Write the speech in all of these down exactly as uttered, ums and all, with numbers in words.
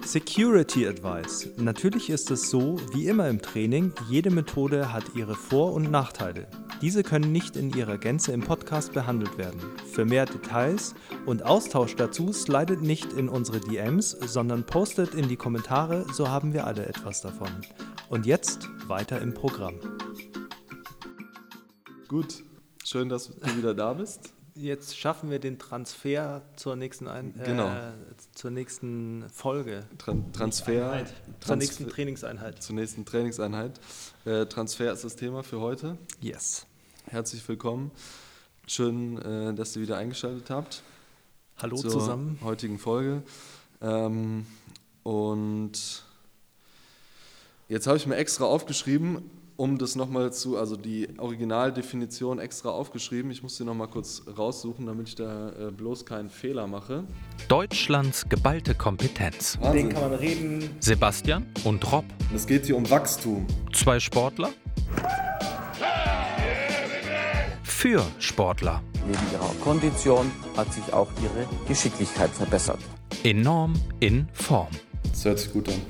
Security Advice. Natürlich ist es so, wie immer im Training, jede Methode hat ihre Vor- und Nachteile. Diese können nicht in ihrer Gänze im Podcast behandelt werden. Für mehr Details und Austausch dazu slidet nicht in unsere D Ms, sondern postet in die Kommentare, so haben wir alle etwas davon. Und jetzt weiter im Programm. Gut, schön, dass du wieder da bist. Jetzt schaffen wir den Transfer zur nächsten, Ein- Genau. äh, zur nächsten Folge. Tran- Transfer. Einheit. Zur Transfer- nächsten Trainingseinheit. Zur nächsten Trainingseinheit. Äh, Transfer ist das Thema für heute. Yes. Herzlich willkommen. Schön, äh, dass ihr wieder eingeschaltet habt. Hallo zur zusammen. Heutigen Folge. Ähm, und jetzt habe ich mir extra aufgeschrieben, um das nochmal zu, also die Originaldefinition extra aufgeschrieben. Ich muss sie nochmal kurz raussuchen, damit ich da äh, bloß keinen Fehler mache. Deutschlands geballte Kompetenz. Wahnsinn. Den kann man reden. Sebastian und Rob, Es geht hier um Wachstum. zwei Sportler für Sportler. Neben ihrer Kondition hat sich auch ihre Geschicklichkeit verbessert. Enorm in Form. Das hört sich gut an.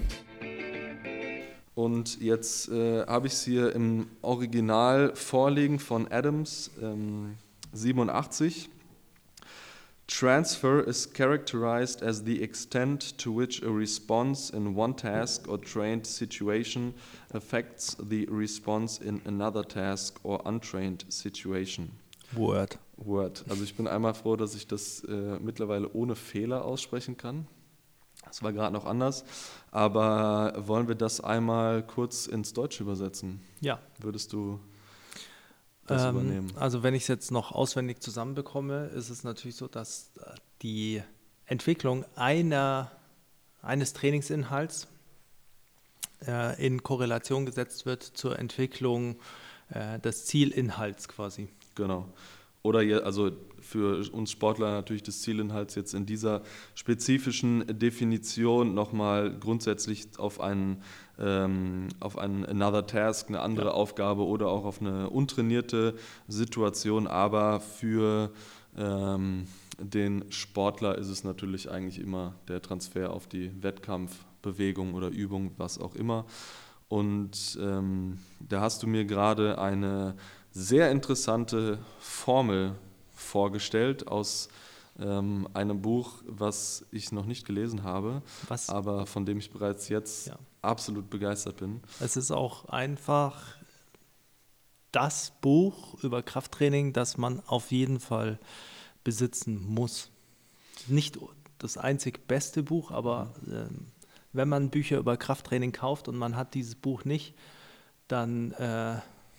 Und jetzt äh, habe ich es hier im Original vorliegen von Adams ähm, siebenundachtzig. Transfer is characterized as the extent to which a response in one task or trained situation affects the response in another task or untrained situation. Word. Word. Also ich bin einmal froh, dass ich das äh, mittlerweile ohne Fehler aussprechen kann. Das war gerade noch anders, aber wollen wir das einmal kurz ins Deutsche übersetzen? Ja. Würdest du das Ähm, übernehmen? also wenn ich es jetzt noch auswendig zusammenbekomme, ist es natürlich so, dass die Entwicklung einer, eines Trainingsinhalts äh, in Korrelation gesetzt wird zur Entwicklung äh, des Zielinhalts quasi. Genau. Oder je, also für uns Sportler natürlich des Zielinhalts jetzt in dieser spezifischen Definition nochmal grundsätzlich auf einen, ähm, auf einen another task, eine andere Ja. Aufgabe oder auch auf eine untrainierte Situation, aber für ähm, den Sportler ist es natürlich eigentlich immer der Transfer auf die Wettkampfbewegung oder Übung, was auch immer. Und ähm, da hast du mir gerade eine sehr interessante Formel vorgestellt aus ähm, einem Buch, was ich noch nicht gelesen habe, Was? aber von dem ich bereits jetzt Ja. absolut begeistert bin. Es ist auch einfach das Buch über Krafttraining, das man auf jeden Fall besitzen muss. Nicht das einzig beste Buch, aber ähm, wenn man Bücher über Krafttraining kauft und man hat dieses Buch nicht, dann äh,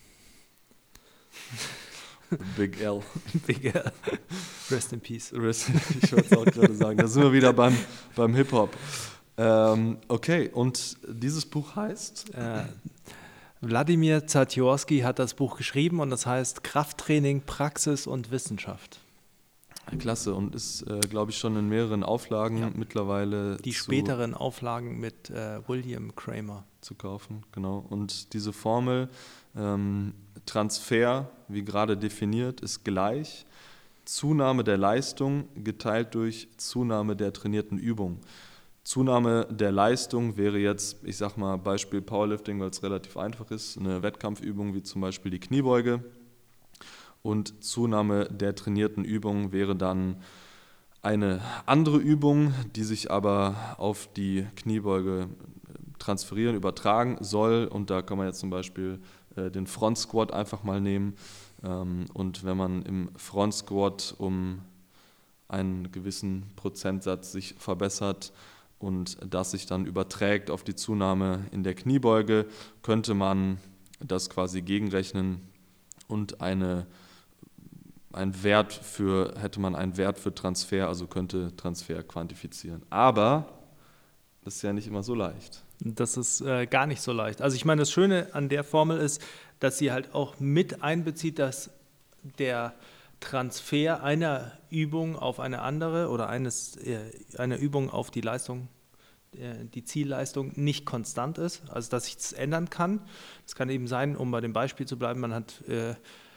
Big L. Big L. Rest in Peace. Ich wollte es auch gerade sagen, da sind wir wieder beim, beim Hip-Hop. Ähm, okay, und dieses Buch heißt? Äh, Wladimir Zatjorski hat das Buch geschrieben und das heißt Krafttraining, Praxis und Wissenschaft. Klasse und ist, äh, glaube ich, schon in mehreren Auflagen Ja. mittlerweile Die zu, späteren Auflagen mit äh, William Kramer. zu kaufen. Genau. Und diese Formel ähm, Transfer, wie gerade definiert, ist gleich Zunahme der Leistung geteilt durch Zunahme der trainierten Übung. Zunahme der Leistung wäre jetzt, ich sag mal, Beispiel Powerlifting, weil es relativ einfach ist, eine Wettkampfübung wie zum Beispiel die Kniebeuge. Und Zunahme der trainierten Übung wäre dann eine andere Übung, die sich aber auf die Kniebeuge transferieren, übertragen soll. Und da kann man jetzt zum Beispiel äh, den Front Squat einfach mal nehmen. Ähm, und wenn man im Front Squat um einen gewissen Prozentsatz sich verbessert und das sich dann überträgt auf die Zunahme in der Kniebeuge, könnte man das quasi gegenrechnen und eine Ein Wert für, hätte man einen Wert für Transfer, also könnte Transfer quantifizieren. Aber das ist ja nicht immer so leicht. Das ist äh, gar nicht so leicht. Also ich meine, das Schöne an der Formel ist, dass sie halt auch mit einbezieht, dass der Transfer einer Übung auf eine andere oder eines, äh, einer Übung auf die Leistung, äh, die Zielleistung nicht konstant ist, also dass sich das ändern kann. Es kann eben sein, um bei dem Beispiel zu bleiben, man hat äh,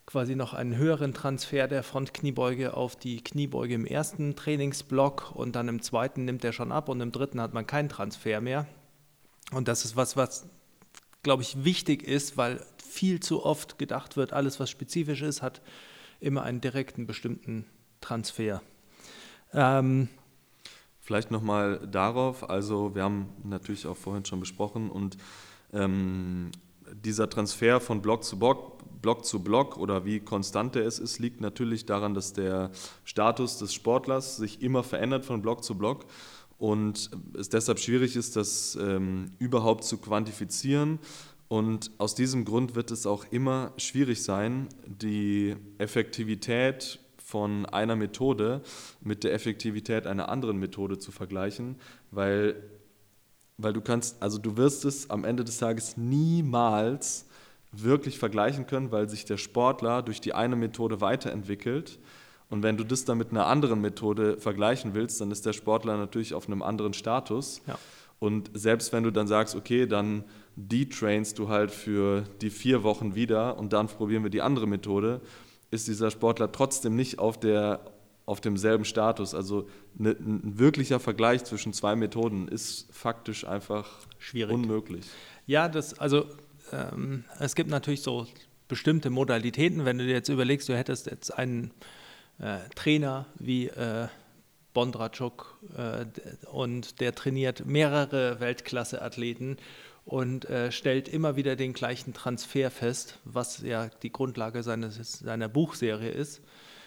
quasi noch einen höheren Transfer der Frontkniebeuge auf die Kniebeuge im ersten Trainingsblock und dann im zweiten nimmt er schon ab und im dritten hat man keinen Transfer mehr. Und das ist was, was, glaube ich, wichtig ist, weil viel zu oft gedacht wird, alles, was spezifisch ist, hat immer einen direkten, bestimmten Transfer. Ähm, Vielleicht nochmal darauf, also wir haben natürlich auch vorhin schon besprochen und ähm, dieser Transfer von Block zu Block, Block zu Block oder wie konstant der es ist, liegt natürlich daran, dass der Status des Sportlers sich immer verändert von Block zu Block und es deshalb schwierig ist, das ähm, überhaupt zu quantifizieren. Und aus diesem Grund wird es auch immer schwierig sein, die Effektivität von einer Methode mit der Effektivität einer anderen Methode zu vergleichen, weil, weil du kannst, also du wirst es am Ende des Tages niemals wirklich vergleichen können, weil sich der Sportler durch die eine Methode weiterentwickelt. Und wenn du das dann mit einer anderen Methode vergleichen willst, dann ist der Sportler natürlich auf einem anderen Status. Ja. Und selbst wenn du dann sagst, okay, dann detrainst du halt für die vier Wochen wieder und dann probieren wir die andere Methode, ist dieser Sportler trotzdem nicht auf, der, auf demselben Status. Also ne, ein wirklicher Vergleich zwischen zwei Methoden ist faktisch einfach schwierig. Unmöglich. Ja, das, also ähm, es gibt natürlich so bestimmte Modalitäten. Wenn du dir jetzt überlegst, du hättest jetzt einen äh, Trainer wie äh, Bondrachuk äh, und der trainiert mehrere Weltklasse-Athleten und äh, stellt immer wieder den gleichen Transfer fest, was ja die Grundlage seines, seiner Buchserie ist.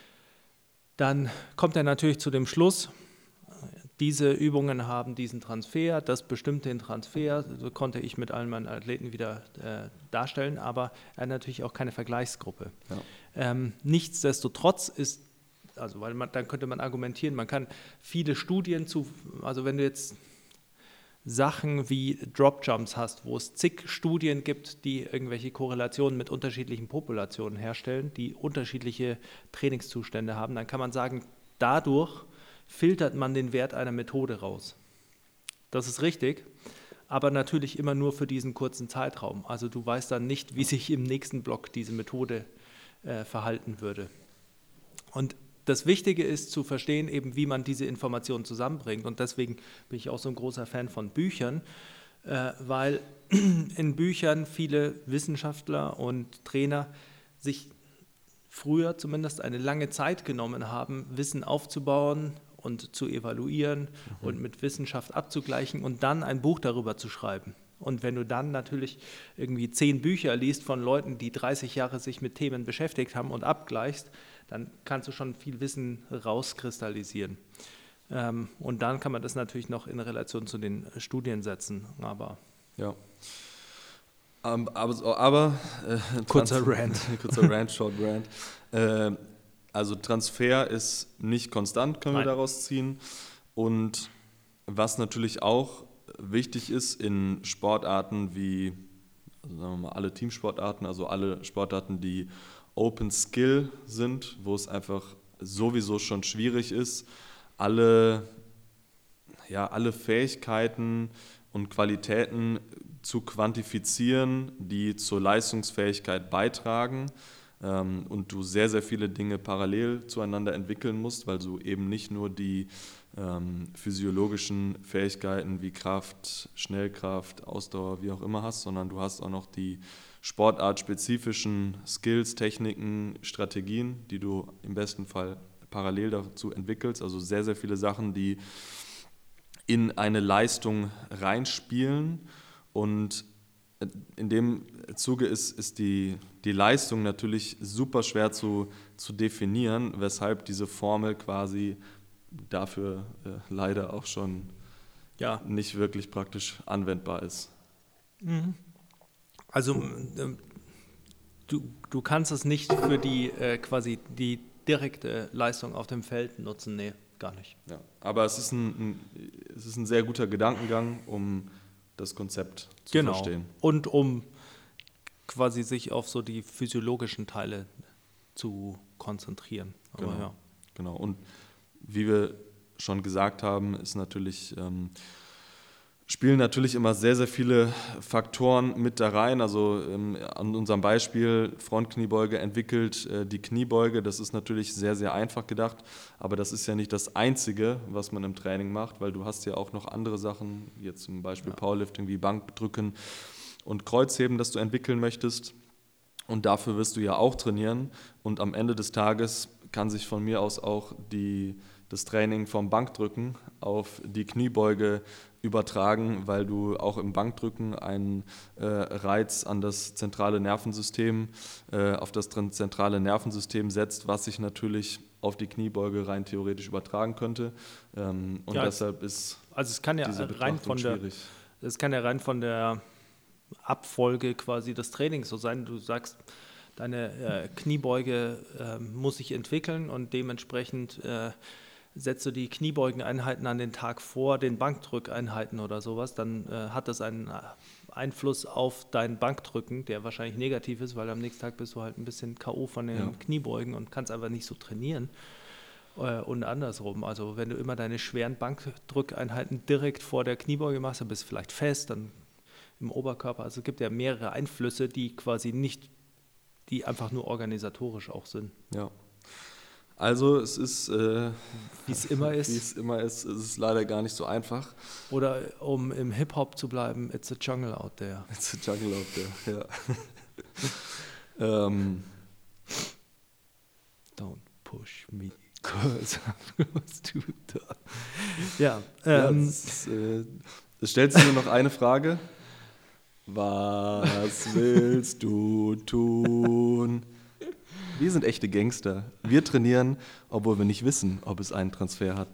Dann kommt er natürlich zu dem Schluss, diese Übungen haben diesen Transfer, das bestimmt den Transfer, so konnte ich mit allen meinen Athleten wieder äh, darstellen, aber er hat natürlich auch keine Vergleichsgruppe. Ja. Ähm, nichtsdestotrotz ist Also, weil man, dann könnte man argumentieren, man kann viele Studien zu, also wenn du jetzt Sachen wie Dropjumps hast, wo es zig Studien gibt, die irgendwelche Korrelationen mit unterschiedlichen Populationen herstellen, die unterschiedliche Trainingszustände haben, dann kann man sagen, dadurch filtert man den Wert einer Methode raus. Das ist richtig, aber natürlich immer nur für diesen kurzen Zeitraum. Also du weißt dann nicht, wie sich im nächsten Block diese Methode äh, verhalten würde. Und das Wichtige ist zu verstehen, eben wie man diese Informationen zusammenbringt. Und deswegen bin ich auch so ein großer Fan von Büchern, äh, weil in Büchern viele Wissenschaftler und Trainer sich früher zumindest eine lange Zeit genommen haben, Wissen aufzubauen und zu evaluieren mhm. und mit Wissenschaft abzugleichen und dann ein Buch darüber zu schreiben. Und wenn du dann natürlich irgendwie zehn Bücher liest von Leuten, die dreißig Jahre sich mit Themen beschäftigt haben und abgleichst, dann kannst du schon viel Wissen rauskristallisieren. Ähm, und dann kann man das natürlich noch in Relation zu den Studien setzen. Aber ja. Um, aber aber äh, kurzer Rant. kurzer Rant, Short Rant. Äh, also Transfer ist nicht konstant, können Nein. wir daraus ziehen. Und was natürlich auch wichtig ist in Sportarten wie, also sagen wir mal, alle Teamsportarten, also alle Sportarten, die Open Skill sind, wo es einfach sowieso schon schwierig ist, alle, ja, alle Fähigkeiten und Qualitäten zu quantifizieren, die zur Leistungsfähigkeit beitragen ähm, und du sehr, sehr viele Dinge parallel zueinander entwickeln musst, weil du eben nicht nur die ähm, physiologischen Fähigkeiten wie Kraft, Schnellkraft, Ausdauer, wie auch immer hast, sondern du hast auch noch die sportartspezifischen Skills, Techniken, Strategien, die du im besten Fall parallel dazu entwickelst. Also sehr, sehr viele Sachen, die in eine Leistung reinspielen. Und in dem Zuge ist, ist die, die Leistung natürlich super schwer zu, zu definieren, weshalb diese Formel quasi dafür äh, leider auch schon ja. nicht wirklich praktisch anwendbar ist. Mhm. Also äh, du, du kannst es nicht für die äh, quasi die direkte Leistung auf dem Feld nutzen, nee, gar nicht. Ja, aber es ist ein, ein, es ist ein sehr guter Gedankengang, um das Konzept zu genau. verstehen. Und um quasi sich auf so die physiologischen Teile zu konzentrieren. Aber genau. Ja. genau. Und wie wir schon gesagt haben, ist natürlich ähm, spielen natürlich immer sehr, sehr viele Faktoren mit da rein. Also ähm, an unserem Beispiel Frontkniebeuge entwickelt äh, die Kniebeuge. Das ist natürlich sehr, sehr einfach gedacht, aber das ist ja nicht das Einzige, was man im Training macht, weil du hast ja auch noch andere Sachen, jetzt zum Beispiel ja. Powerlifting wie Bankdrücken und Kreuzheben, das du entwickeln möchtest. Und dafür wirst du ja auch trainieren. Und am Ende des Tages kann sich von mir aus auch die, das Training vom Bankdrücken auf die Kniebeuge übertragen, weil du auch im Bankdrücken einen äh, Reiz an das zentrale Nervensystem, äh, auf das zentrale Nervensystem setzt, was sich natürlich auf die Kniebeuge rein theoretisch übertragen könnte. Ähm, und ja, deshalb ist also es kann ja diese rein von der, schwierig. Es kann ja rein von der Abfolge quasi des Trainings so sein. Du sagst, deine äh, Kniebeuge äh, muss sich entwickeln und dementsprechend äh, setzt du die Kniebeugeneinheiten an den Tag vor den Bankdrückeinheiten oder sowas, dann äh, hat das einen Einfluss auf dein Bankdrücken, der wahrscheinlich negativ ist, weil am nächsten Tag bist du halt ein bisschen K O von den ja. Kniebeugen und kannst einfach nicht so trainieren. Äh, und andersrum, also wenn du immer deine schweren Bankdrückeinheiten direkt vor der Kniebeuge machst, dann bist du vielleicht fest, dann im Oberkörper. Also es gibt ja mehrere Einflüsse, die quasi nicht, die einfach nur organisatorisch auch sind. Ja. Also es ist, äh, wie es immer ist. Wie es immer ist, ist es leider gar nicht so einfach. Oder um im Hip-Hop zu bleiben, it's a jungle out there. It's a jungle out there, ja. ähm. Don't push me, cause I'm close to the... Ja, ähm. ähm. ja es, äh, es stellt sich nur noch eine Frage. Was willst du tun? Wir sind echte Gangster. Wir trainieren, obwohl wir nicht wissen, ob es einen Transfer hat.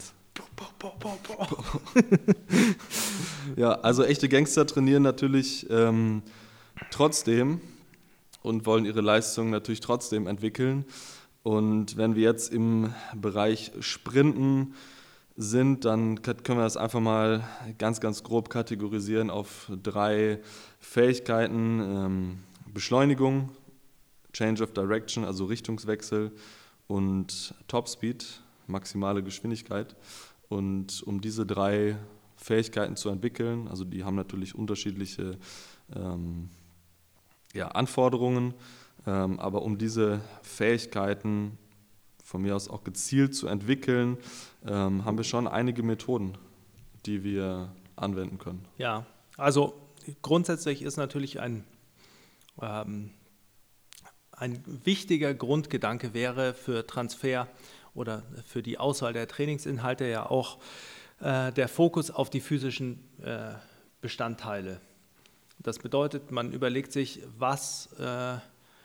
Ja, also echte Gangster trainieren natürlich ähm, trotzdem und wollen ihre Leistung natürlich trotzdem entwickeln. Und wenn wir jetzt im Bereich Sprinten sind, dann können wir das einfach mal ganz, ganz grob kategorisieren auf drei Fähigkeiten. Ähm, Beschleunigung, Change of Direction, also Richtungswechsel und Topspeed, maximale Geschwindigkeit. Und um diese drei Fähigkeiten zu entwickeln, also die haben natürlich unterschiedliche ähm, ja, Anforderungen, ähm, aber um diese Fähigkeiten von mir aus auch gezielt zu entwickeln, ähm, haben wir schon einige Methoden, die wir anwenden können. Ja, also grundsätzlich ist natürlich ein ähm, Ein wichtiger Grundgedanke wäre für Transfer oder für die Auswahl der Trainingsinhalte ja auch äh, der Fokus auf die physischen äh, Bestandteile. Das bedeutet, man überlegt sich, was, äh,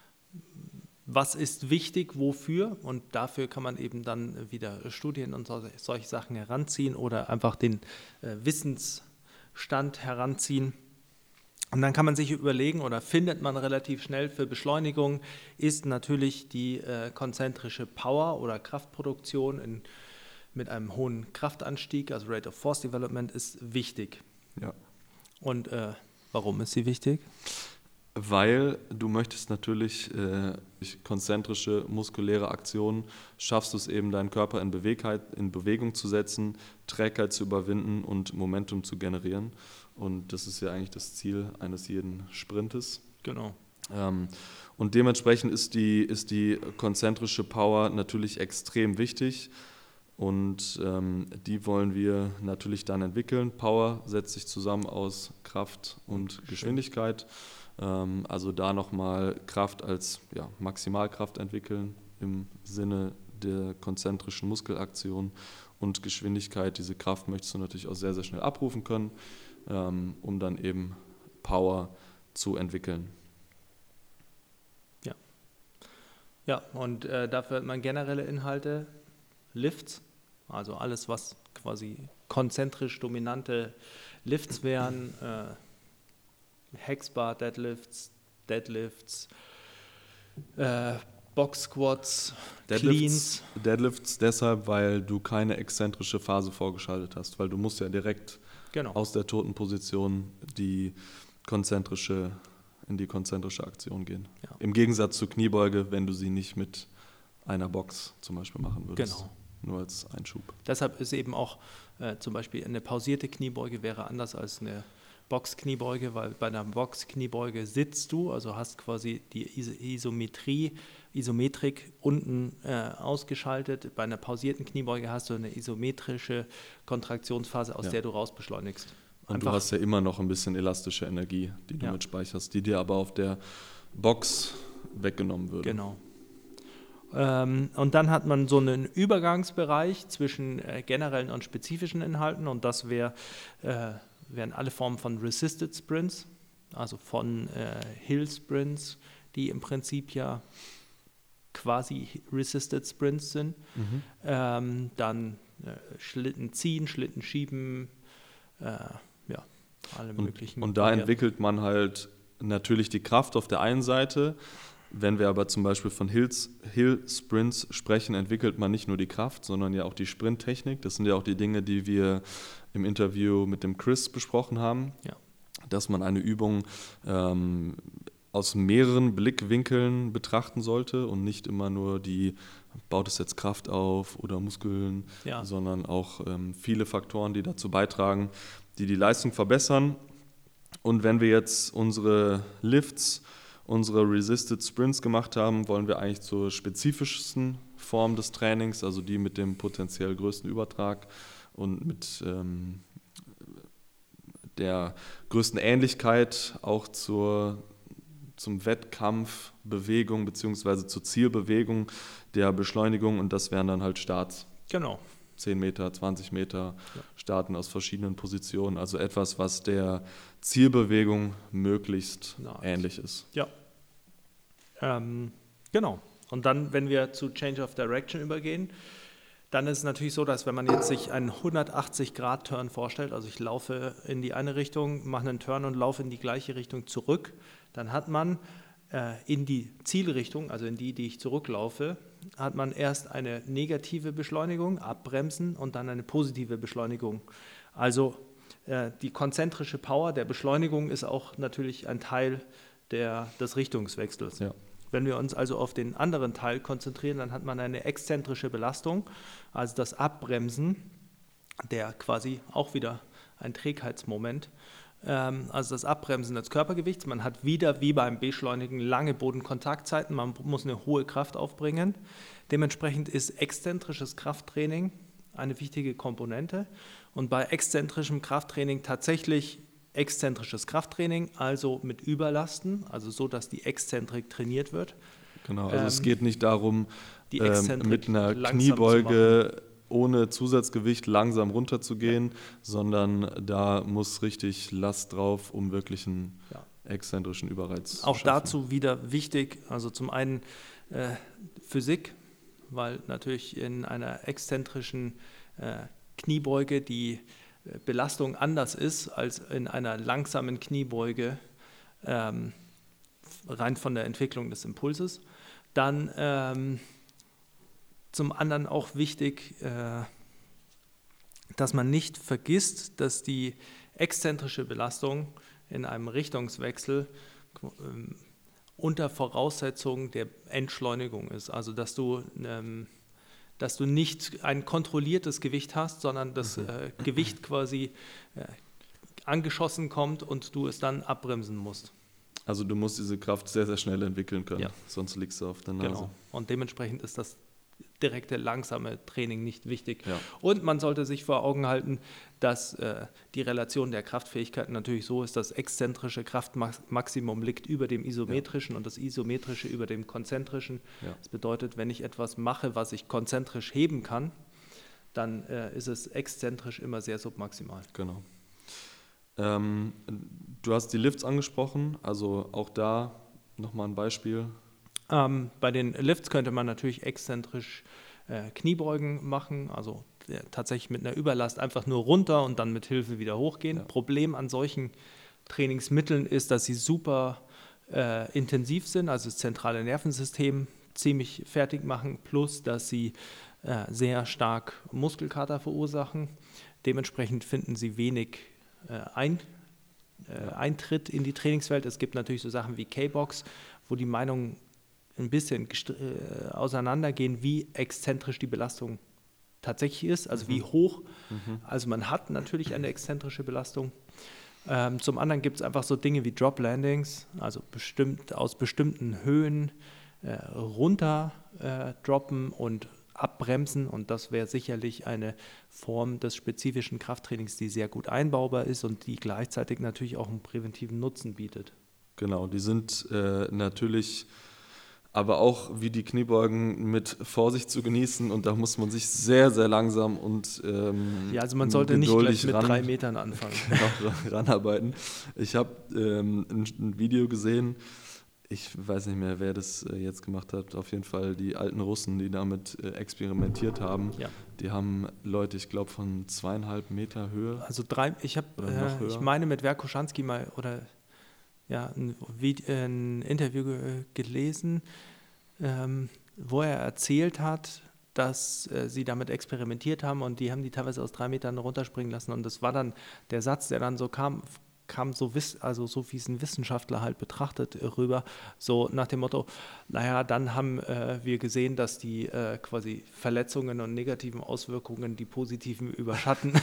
was ist wichtig, wofür, und dafür kann man eben dann wieder Studien und so, solche Sachen heranziehen oder einfach den äh, Wissensstand heranziehen. Und dann kann man sich überlegen oder findet man relativ schnell, für Beschleunigung ist natürlich die äh, konzentrische Power oder Kraftproduktion in, mit einem hohen Kraftanstieg, also Rate of Force Development, ist wichtig. Ja. Und äh, warum ist sie wichtig? Weil du möchtest natürlich äh, durch konzentrische muskuläre Aktionen, schaffst du es eben, deinen Körper in, Bewegheit, in Bewegung zu setzen, Trägheit zu überwinden und Momentum zu generieren. Und das ist ja eigentlich das Ziel eines jeden Sprintes. Genau. Ähm, und dementsprechend ist die, ist die konzentrische Power natürlich extrem wichtig. Und ähm, die wollen wir natürlich dann entwickeln. Power setzt sich zusammen aus Kraft und Geschwindigkeit. Ähm, also da nochmal Kraft als ja, Maximalkraft entwickeln im Sinne der konzentrischen Muskelaktion, und Geschwindigkeit. Diese Kraft möchtest du natürlich auch sehr, sehr schnell abrufen können, ähm, um dann eben Power zu entwickeln. Ja, ja und äh, dafür hat man generelle Inhalte, Lifts, also alles, was quasi konzentrisch dominante Lifts wären, äh, Hexbar, Deadlifts, Deadlifts, äh, Box Squats, Deadlifts, Cleans. Deadlifts deshalb, weil du keine exzentrische Phase vorgeschaltet hast, weil du musst ja direkt genau. aus der toten Position die konzentrische, in die konzentrische Aktion gehen. Ja. Im Gegensatz zur Kniebeuge, wenn du sie nicht mit einer Box zum Beispiel machen würdest. Genau. nur als Einschub. Deshalb ist eben auch äh, zum Beispiel eine pausierte Kniebeuge wäre anders als eine Box-Kniebeuge, weil bei einer Box-Kniebeuge sitzt du, also hast quasi die Is- Isometrie, Isometrik unten äh, ausgeschaltet. Bei einer pausierten Kniebeuge hast du eine isometrische Kontraktionsphase, aus Ja. der du rausbeschleunigst. Und Einfach, du hast ja immer noch ein bisschen elastische Energie, die du Ja. mitspeicherst, die dir aber auf der Box weggenommen würde. Genau. Ähm, und dann hat man so einen Übergangsbereich zwischen äh, generellen und spezifischen Inhalten und das wär, äh, wären alle Formen von Resisted Sprints, also von äh, Hill Sprints, die im Prinzip ja quasi Resisted Sprints sind. Mhm. Ähm, dann äh, Schlitten ziehen, Schlitten schieben, äh, ja, alle Und, möglichen. und da Varianten. entwickelt man halt natürlich die Kraft auf der einen Seite. Wenn wir aber zum Beispiel von Hills, Hill Sprints sprechen, entwickelt man nicht nur die Kraft, sondern ja auch die Sprinttechnik. Das sind ja auch die Dinge, die wir im Interview mit dem Chris besprochen haben, Ja. dass man eine Übung ähm, aus mehreren Blickwinkeln betrachten sollte und nicht immer nur die, baut es jetzt Kraft auf oder Muskeln, Ja. sondern auch ähm, viele Faktoren, die dazu beitragen, die die Leistung verbessern. Und wenn wir jetzt unsere Lifts, unsere Resisted Sprints gemacht haben, wollen wir eigentlich zur spezifischsten Form des Trainings, also die mit dem potenziell größten Übertrag und mit ähm, der größten Ähnlichkeit auch zur, zum Wettkampfbewegung bzw. zur Zielbewegung der Beschleunigung, und das wären dann halt Starts. Genau. zehn Meter, zwanzig Meter, Ja. starten aus verschiedenen Positionen. Also etwas, was der Zielbewegung möglichst Nahe ist. ähnlich ist. Ja. Ähm, genau. Und dann, wenn wir zu Change of Direction übergehen, dann ist es natürlich so, dass wenn man jetzt sich einen hundertachtzig Grad Turn vorstellt, also ich laufe in die eine Richtung, mache einen Turn und laufe in die gleiche Richtung zurück, dann hat man äh, in die Zielrichtung, also in die, die ich zurücklaufe, hat man erst eine negative Beschleunigung, abbremsen, und dann eine positive Beschleunigung. Also äh, die konzentrische Power der Beschleunigung ist auch natürlich ein Teil der, des Richtungswechsels. Ja. Wenn wir uns also auf den anderen Teil konzentrieren, dann hat man eine exzentrische Belastung, also das Abbremsen, der quasi auch wieder ein Trägheitsmoment, ähm, also das Abbremsen des Körpergewichts. Man hat wieder wie beim Beschleunigen lange Bodenkontaktzeiten, man muss eine hohe Kraft aufbringen. Dementsprechend ist exzentrisches Krafttraining eine wichtige Komponente und bei exzentrischem Krafttraining tatsächlich exzentrisches Krafttraining, also mit Überlasten, also so, dass die Exzentrik trainiert wird. Genau, also Ähm, es geht nicht darum, die ähm, Exzentrik mit einer langsam Kniebeuge ohne Zusatzgewicht langsam runterzugehen, sondern da muss richtig Last drauf, um wirklich einen Ja. exzentrischen Überreiz Auch zu schaffen. dazu wieder wichtig, also zum einen äh, Physik, weil natürlich in einer exzentrischen äh, Kniebeuge die äh, Belastung anders ist als in einer langsamen Kniebeuge, ähm, rein von der Entwicklung des Impulses. Dann ähm, zum anderen auch wichtig, äh, dass man nicht vergisst, dass die exzentrische Belastung in einem Richtungswechsel ähm, unter Voraussetzung der Entschleunigung ist. Also dass du, ähm, dass du nicht ein kontrolliertes Gewicht hast, sondern das Mhm. äh, Gewicht quasi äh, angeschossen kommt und du es dann abbremsen musst. Also du musst diese Kraft sehr, sehr schnell entwickeln können, Ja. sonst liegst du auf der Nase. Genau. Und dementsprechend ist das direkte, langsame Training nicht wichtig. Ja. Und man sollte sich vor Augen halten, dass äh, die Relation der Kraftfähigkeiten natürlich so ist, das exzentrische Kraftmaximum liegt über dem isometrischen und das isometrische über dem konzentrischen. Ja. Das bedeutet, wenn ich etwas mache, was ich konzentrisch heben kann, dann äh, ist es exzentrisch immer sehr submaximal. Genau. Ähm, du hast die Lifts angesprochen, also auch da nochmal ein Beispiel. Ähm, bei den Lifts könnte man natürlich exzentrisch äh, Kniebeugen machen, also äh, tatsächlich mit einer Überlast einfach nur runter und dann mit Hilfe wieder hochgehen. Ja. Problem an solchen Trainingsmitteln ist, dass sie super äh, intensiv sind, also das zentrale Nervensystem ziemlich fertig machen, plus dass sie äh, sehr stark Muskelkater verursachen. Dementsprechend finden sie wenig äh, ein, äh, Eintritt in die Trainingswelt. Es gibt natürlich so Sachen wie K-Box, wo die Meinungen ein bisschen gest- äh, auseinandergehen, wie exzentrisch die Belastung tatsächlich ist, also mhm. wie hoch. Mhm. Also man hat natürlich eine exzentrische Belastung. Ähm, zum anderen gibt es einfach so Dinge wie Drop Landings, also bestimmt aus bestimmten Höhen äh, runter äh, droppen und abbremsen, und das wäre sicherlich eine Form des spezifischen Krafttrainings, die sehr gut einbaubar ist und die gleichzeitig natürlich auch einen präventiven Nutzen bietet. Genau, die sind äh, natürlich aber auch wie die Kniebeugen mit Vorsicht zu genießen, und da muss man sich sehr, sehr langsam und ähm, ja, also man sollte nicht gleich mit ran, drei Metern anfangen. Genau, ranarbeiten. Ich habe ähm, ein, ein Video gesehen, ich weiß nicht mehr, wer das äh, jetzt gemacht hat, auf jeden Fall die alten Russen, die damit äh, experimentiert haben. Ja. Die haben Leute, ich glaube, von zweieinhalb Meter Höhe. Also drei, ich habe, äh, ich meine mit Verkhoshansky mal, oder ja, ein, ein Interview ge- gelesen, ähm, wo er erzählt hat, dass äh, sie damit experimentiert haben, und die haben die teilweise aus drei Metern runterspringen lassen, und das war dann der Satz, der dann so kam, kam so, also so wie es ein Wissenschaftler halt betrachtet rüber, so nach dem Motto, naja, dann haben äh, wir gesehen, dass die äh, quasi Verletzungen und negativen Auswirkungen die positiven überschatten.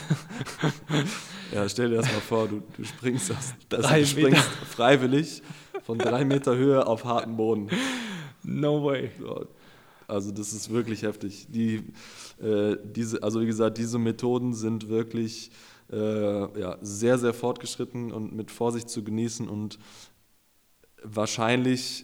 Ja, stell dir das mal vor, du, du springst, aus, also du springst freiwillig von drei Meter Höhe auf harten Boden. No way. Also das ist wirklich heftig. Die, äh, diese, also wie gesagt, diese Methoden sind wirklich äh, ja, sehr, sehr fortgeschritten und mit Vorsicht zu genießen und wahrscheinlich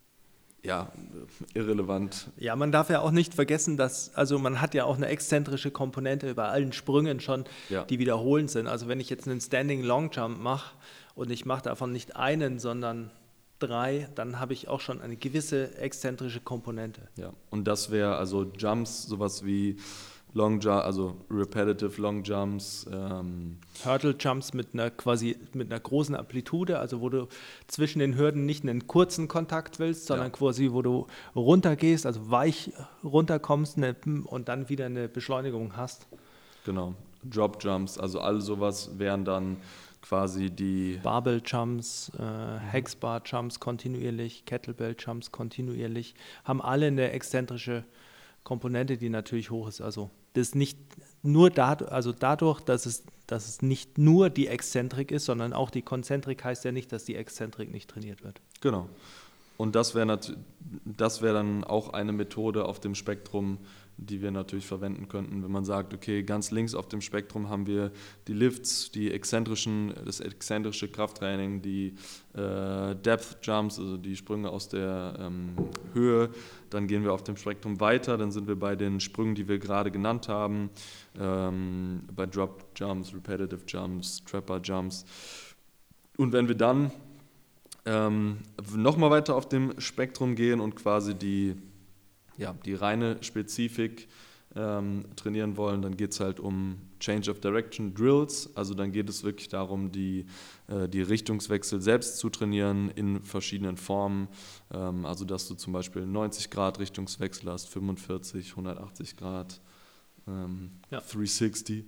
ja, irrelevant. Ja, man darf ja auch nicht vergessen, dass, also man hat ja auch eine exzentrische Komponente bei allen Sprüngen schon, ja. die wiederholend sind. Also wenn ich jetzt einen Standing Long Jump mache und ich mache davon nicht einen, sondern drei, dann habe ich auch schon eine gewisse exzentrische Komponente. Ja, und das wäre also Jumps, sowas wie Long Jump, also Repetitive Long Jumps. Ähm Hurdle Jumps mit einer quasi mit einer großen Amplitude, also wo du zwischen den Hürden nicht einen kurzen Kontakt willst, sondern ja. quasi wo du runtergehst, also weich runterkommst eine, und dann wieder eine Beschleunigung hast. Genau, Drop Jumps, also all sowas wären dann quasi die Barbell Jumps, äh, Hexbar Jumps kontinuierlich, Kettlebell Jumps kontinuierlich, haben alle eine exzentrische Komponente, die natürlich hoch ist. Also das nicht nur dadurch, also dadurch, dass es, dass es nicht nur die Exzentrik ist, sondern auch die Konzentrik, heißt ja nicht, dass die Exzentrik nicht trainiert wird. Genau. Und das wäre nat- das wäre dann auch eine Methode auf dem Spektrum, die wir natürlich verwenden könnten, wenn man sagt, okay, ganz links auf dem Spektrum haben wir die Lifts, die exzentrischen, das exzentrische Krafttraining, die äh, Depth Jumps, also die Sprünge aus der ähm, Höhe. Dann gehen wir auf dem Spektrum weiter, dann sind wir bei den Sprüngen, die wir gerade genannt haben, ähm, bei Drop Jumps, Repetitive Jumps, Trapper Jumps. Und wenn wir dann ähm, nochmal weiter auf dem Spektrum gehen und quasi die ja, die reine Spezifik ähm, trainieren wollen, dann geht es halt um Change of Direction Drills, also dann geht es wirklich darum, die, äh, die Richtungswechsel selbst zu trainieren in verschiedenen Formen, ähm, also dass du zum Beispiel neunzig Grad Richtungswechsel hast, fünfundvierzig, hundertachtzig Grad, ähm, ja. dreihundertsechzig.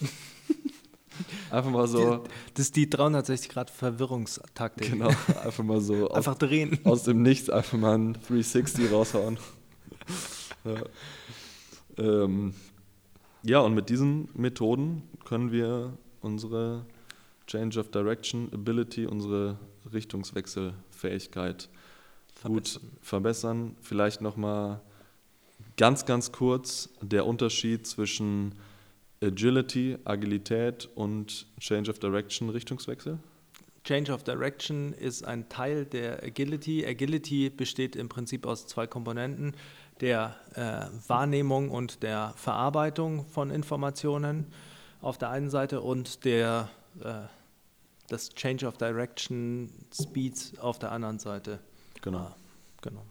Einfach mal so. Das ist die dreihundertsechzig Grad Verwirrungstaktik. Genau, einfach mal so. Einfach aus, drehen. Aus dem Nichts einfach mal ein dreihundertsechzig raushauen. Ja. Ähm, ja, und mit diesen Methoden können wir unsere Change of Direction Ability, unsere Richtungswechselfähigkeit gut verbessern. Vielleicht nochmal ganz, ganz kurz der Unterschied zwischen Agility, Agilität und Change of Direction, Richtungswechsel. Change of Direction ist ein Teil der Agility. Agility besteht im Prinzip aus zwei Komponenten, der äh, Wahrnehmung und der Verarbeitung von Informationen auf der einen Seite und der, äh, das Change of Direction Speeds auf der anderen Seite. Genau. Ah, genau.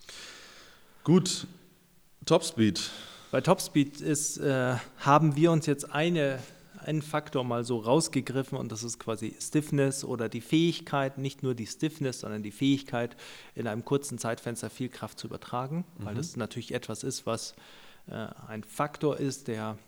Gut, Topspeed. Bei Topspeed ist, äh, haben wir uns jetzt eine einen Faktor mal so rausgegriffen, und das ist quasi Stiffness oder die Fähigkeit, nicht nur die Stiffness, sondern die Fähigkeit, in einem kurzen Zeitfenster viel Kraft zu übertragen, mhm. weil das natürlich etwas ist, was äh, ein Faktor ist, der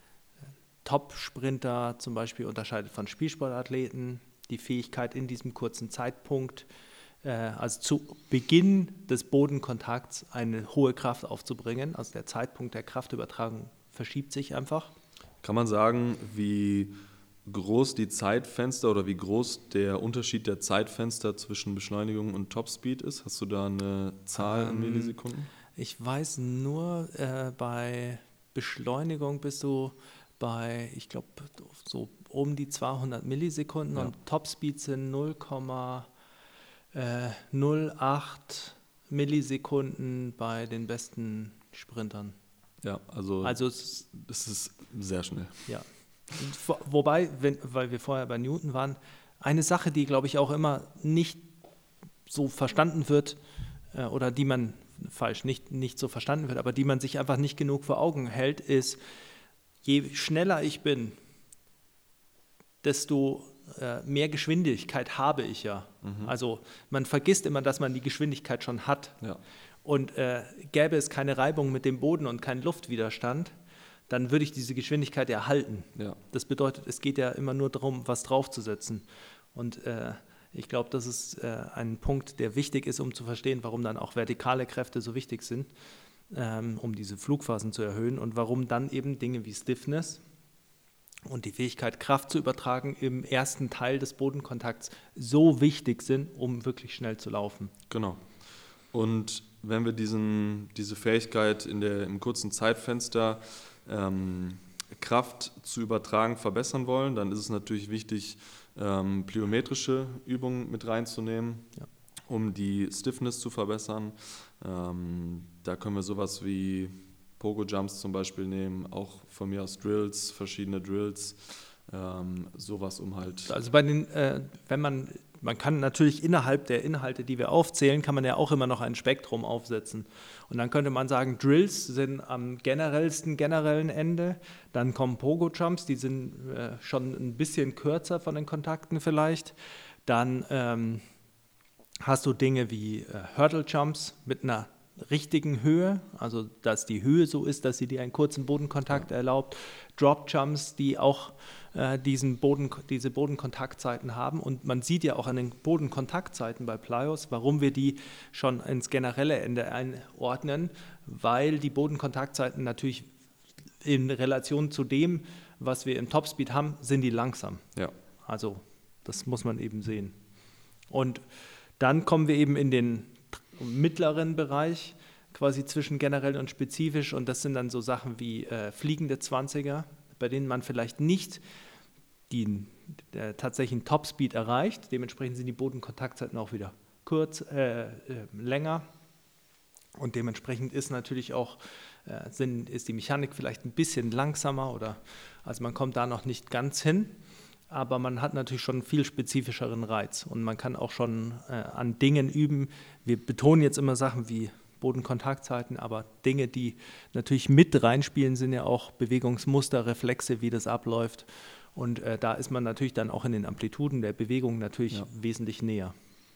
Top-Sprinter zum Beispiel unterscheidet von Spielsportathleten, die Fähigkeit in diesem kurzen Zeitpunkt, äh, also zu Beginn des Bodenkontakts eine hohe Kraft aufzubringen, also der Zeitpunkt der Kraftübertragung verschiebt sich einfach. Kann man sagen, wie groß die Zeitfenster oder wie groß der Unterschied der Zeitfenster zwischen Beschleunigung und Topspeed ist? Hast du da eine Zahl in Ähm, Millisekunden? Ich weiß nur, äh, bei Beschleunigung bist du bei, ich glaube, so um die zweihundert Millisekunden Ja. und Topspeed sind null Komma null acht Millisekunden bei den besten Sprintern. Ja, also, Also es, das ist sehr schnell. ja. Und vor- Wobei, wenn, weil wir vorher bei Newton waren, eine Sache, die, glaube ich, auch immer nicht so verstanden wird äh, oder die man, falsch, nicht, nicht so verstanden wird, aber die man sich einfach nicht genug vor Augen hält, ist, je schneller ich bin, desto äh, mehr Geschwindigkeit habe ich ja. Mhm. Also man vergisst immer, dass man die Geschwindigkeit schon hat. Ja. Und äh, gäbe es keine Reibung mit dem Boden und keinen Luftwiderstand, dann würde ich diese Geschwindigkeit erhalten. Ja. Das bedeutet, es geht ja immer nur darum, was draufzusetzen. Und äh, ich glaube, das ist äh, ein Punkt, der wichtig ist, um zu verstehen, warum dann auch vertikale Kräfte so wichtig sind, ähm, um diese Flugphasen zu erhöhen und warum dann eben Dinge wie Stiffness und die Fähigkeit, Kraft zu übertragen im ersten Teil des Bodenkontakts so wichtig sind, um wirklich schnell zu laufen. Genau. Und wenn wir diesen, diese Fähigkeit in der, im kurzen Zeitfenster ähm, Kraft zu übertragen verbessern wollen, dann ist es natürlich wichtig, ähm, plyometrische Übungen mit reinzunehmen, Ja. um die Stiffness zu verbessern. Ähm, da können wir sowas wie Pogo-Jumps zum Beispiel nehmen, auch von mir aus Drills, verschiedene Drills, ähm, sowas um halt... Also bei den, äh, wenn man, man kann natürlich innerhalb der Inhalte, die wir aufzählen, kann man ja auch immer noch ein Spektrum aufsetzen. Und dann könnte man sagen, Drills sind am generellsten generellen Ende, dann kommen Pogo-Jumps, die sind äh, schon ein bisschen kürzer von den Kontakten vielleicht. Dann ähm, hast du Dinge wie äh, Hurdle-Jumps mit einer richtigen Höhe, also dass die Höhe so ist, dass sie dir einen kurzen Bodenkontakt Ja. erlaubt. Drop-Jumps, die auch äh, diesen Boden, diese Bodenkontaktzeiten haben. Und man sieht ja auch an den Bodenkontaktzeiten bei Plyos, warum wir die schon ins generelle Ende einordnen, weil die Bodenkontaktzeiten natürlich in Relation zu dem, was wir im Topspeed haben, sind die langsam. Ja. Also das muss man eben sehen. Und dann kommen wir eben in den mittleren Bereich, quasi zwischen generell und spezifisch. Und das sind dann so Sachen wie äh, fliegende Zwanziger, bei denen man vielleicht nicht den äh, tatsächlichen Topspeed erreicht. Dementsprechend sind die Bodenkontaktzeiten auch wieder kurz, äh, äh, länger. Und dementsprechend ist natürlich auch äh, sind, ist die Mechanik vielleicht ein bisschen langsamer oder also man kommt da noch nicht ganz hin. Aber man hat natürlich schon einen viel spezifischeren Reiz und man kann auch schon äh, an Dingen üben. Wir betonen jetzt immer Sachen wie Bodenkontaktzeiten, aber Dinge, die natürlich mit reinspielen, sind ja auch Bewegungsmuster, Reflexe, wie das abläuft. Und äh, da ist man natürlich dann auch in den Amplituden der Bewegung natürlich Ja. wesentlich näher.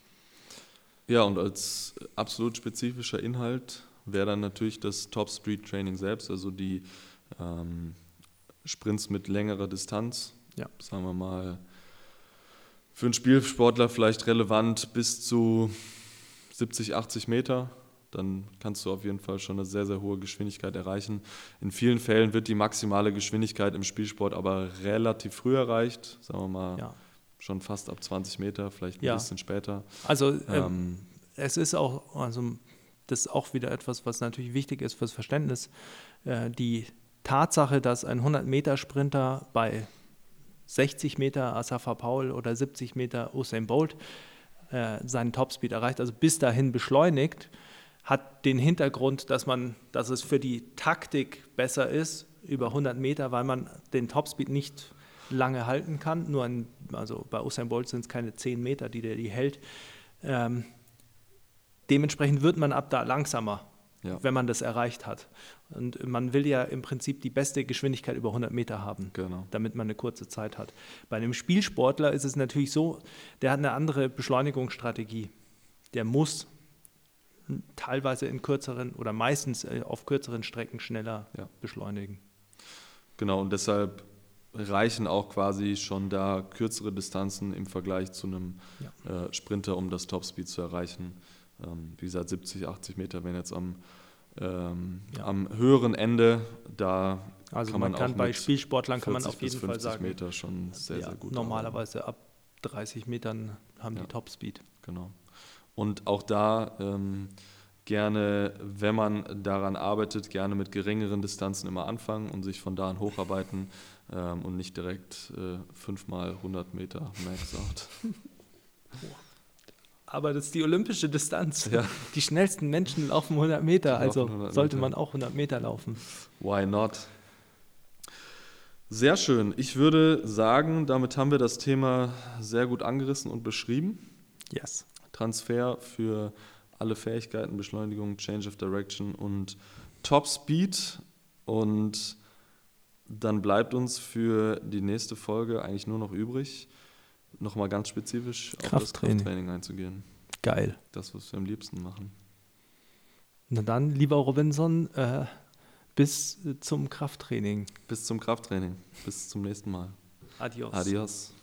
Ja, und als absolut spezifischer Inhalt wäre dann natürlich das Top-Speed-Training selbst, also die ähm, Sprints mit längerer Distanz. Ja. Sagen wir mal, für einen Spielsportler vielleicht relevant bis zu siebzig, achtzig Meter. Dann kannst du auf jeden Fall schon eine sehr, sehr hohe Geschwindigkeit erreichen. In vielen Fällen wird die maximale Geschwindigkeit im Spielsport aber relativ früh erreicht. Sagen wir mal, Ja. schon fast ab zwanzig Meter, vielleicht ein Ja. bisschen später. Also ähm, Ähm, es ist auch, also das ist auch wieder etwas, was natürlich wichtig ist fürs Verständnis. Äh, die Tatsache, dass ein hundert-Meter-Sprinter bei sechzig Meter Asafa Powell oder siebzig Meter Usain Bolt äh, seinen Topspeed erreicht, also bis dahin beschleunigt, hat den Hintergrund, dass man, dass es für die Taktik besser ist über hundert Meter, weil man den Topspeed nicht lange halten kann. Nur ein, also bei Usain Bolt sind es keine zehn Meter, die der die hält. Ähm, dementsprechend wird man ab da langsamer, Ja. wenn man das erreicht hat. Und man will ja im Prinzip die beste Geschwindigkeit über hundert Meter haben, Genau. damit man eine kurze Zeit hat. Bei einem Spielsportler ist es natürlich so, der hat eine andere Beschleunigungsstrategie. Der muss teilweise in kürzeren oder meistens auf kürzeren Strecken schneller Ja. beschleunigen. Genau, und deshalb reichen auch quasi schon da kürzere Distanzen im Vergleich zu einem Ja. äh, Sprinter, um das Topspeed zu erreichen. Ähm, wie gesagt, siebzig, achtzig Meter wären jetzt am, ähm, Ja. am höheren Ende. Da Also kann man, man kann auch bei mit Spielsportlern kann man vierzig auf jeden bis Fall fünfzig sagen, Meter schon sehr, ja, sehr gut normalerweise ab dreißig Metern haben Ja. die Topspeed. Genau. Und auch da ähm, gerne, wenn man daran arbeitet, gerne mit geringeren Distanzen immer anfangen und sich von da an hocharbeiten ähm, und nicht direkt äh, fünfmal hundert Meter Max out. Aber das ist die olympische Distanz. Ja. Die schnellsten Menschen laufen hundert Meter, Die also laufen hundert sollte Meter. man auch hundert Meter laufen. Why not? Sehr schön. Ich würde sagen, damit haben wir das Thema sehr gut angerissen und beschrieben. Yes. Transfer für alle Fähigkeiten, Beschleunigung, Change of Direction und Top Speed. Und dann bleibt uns für die nächste Folge eigentlich nur noch übrig, nochmal ganz spezifisch auf das Krafttraining. Krafttraining einzugehen. Geil. Das, was wir am liebsten machen. Na dann, lieber Robinson, äh, bis zum Krafttraining. Bis zum Krafttraining. Bis zum nächsten Mal. Adios. Adios.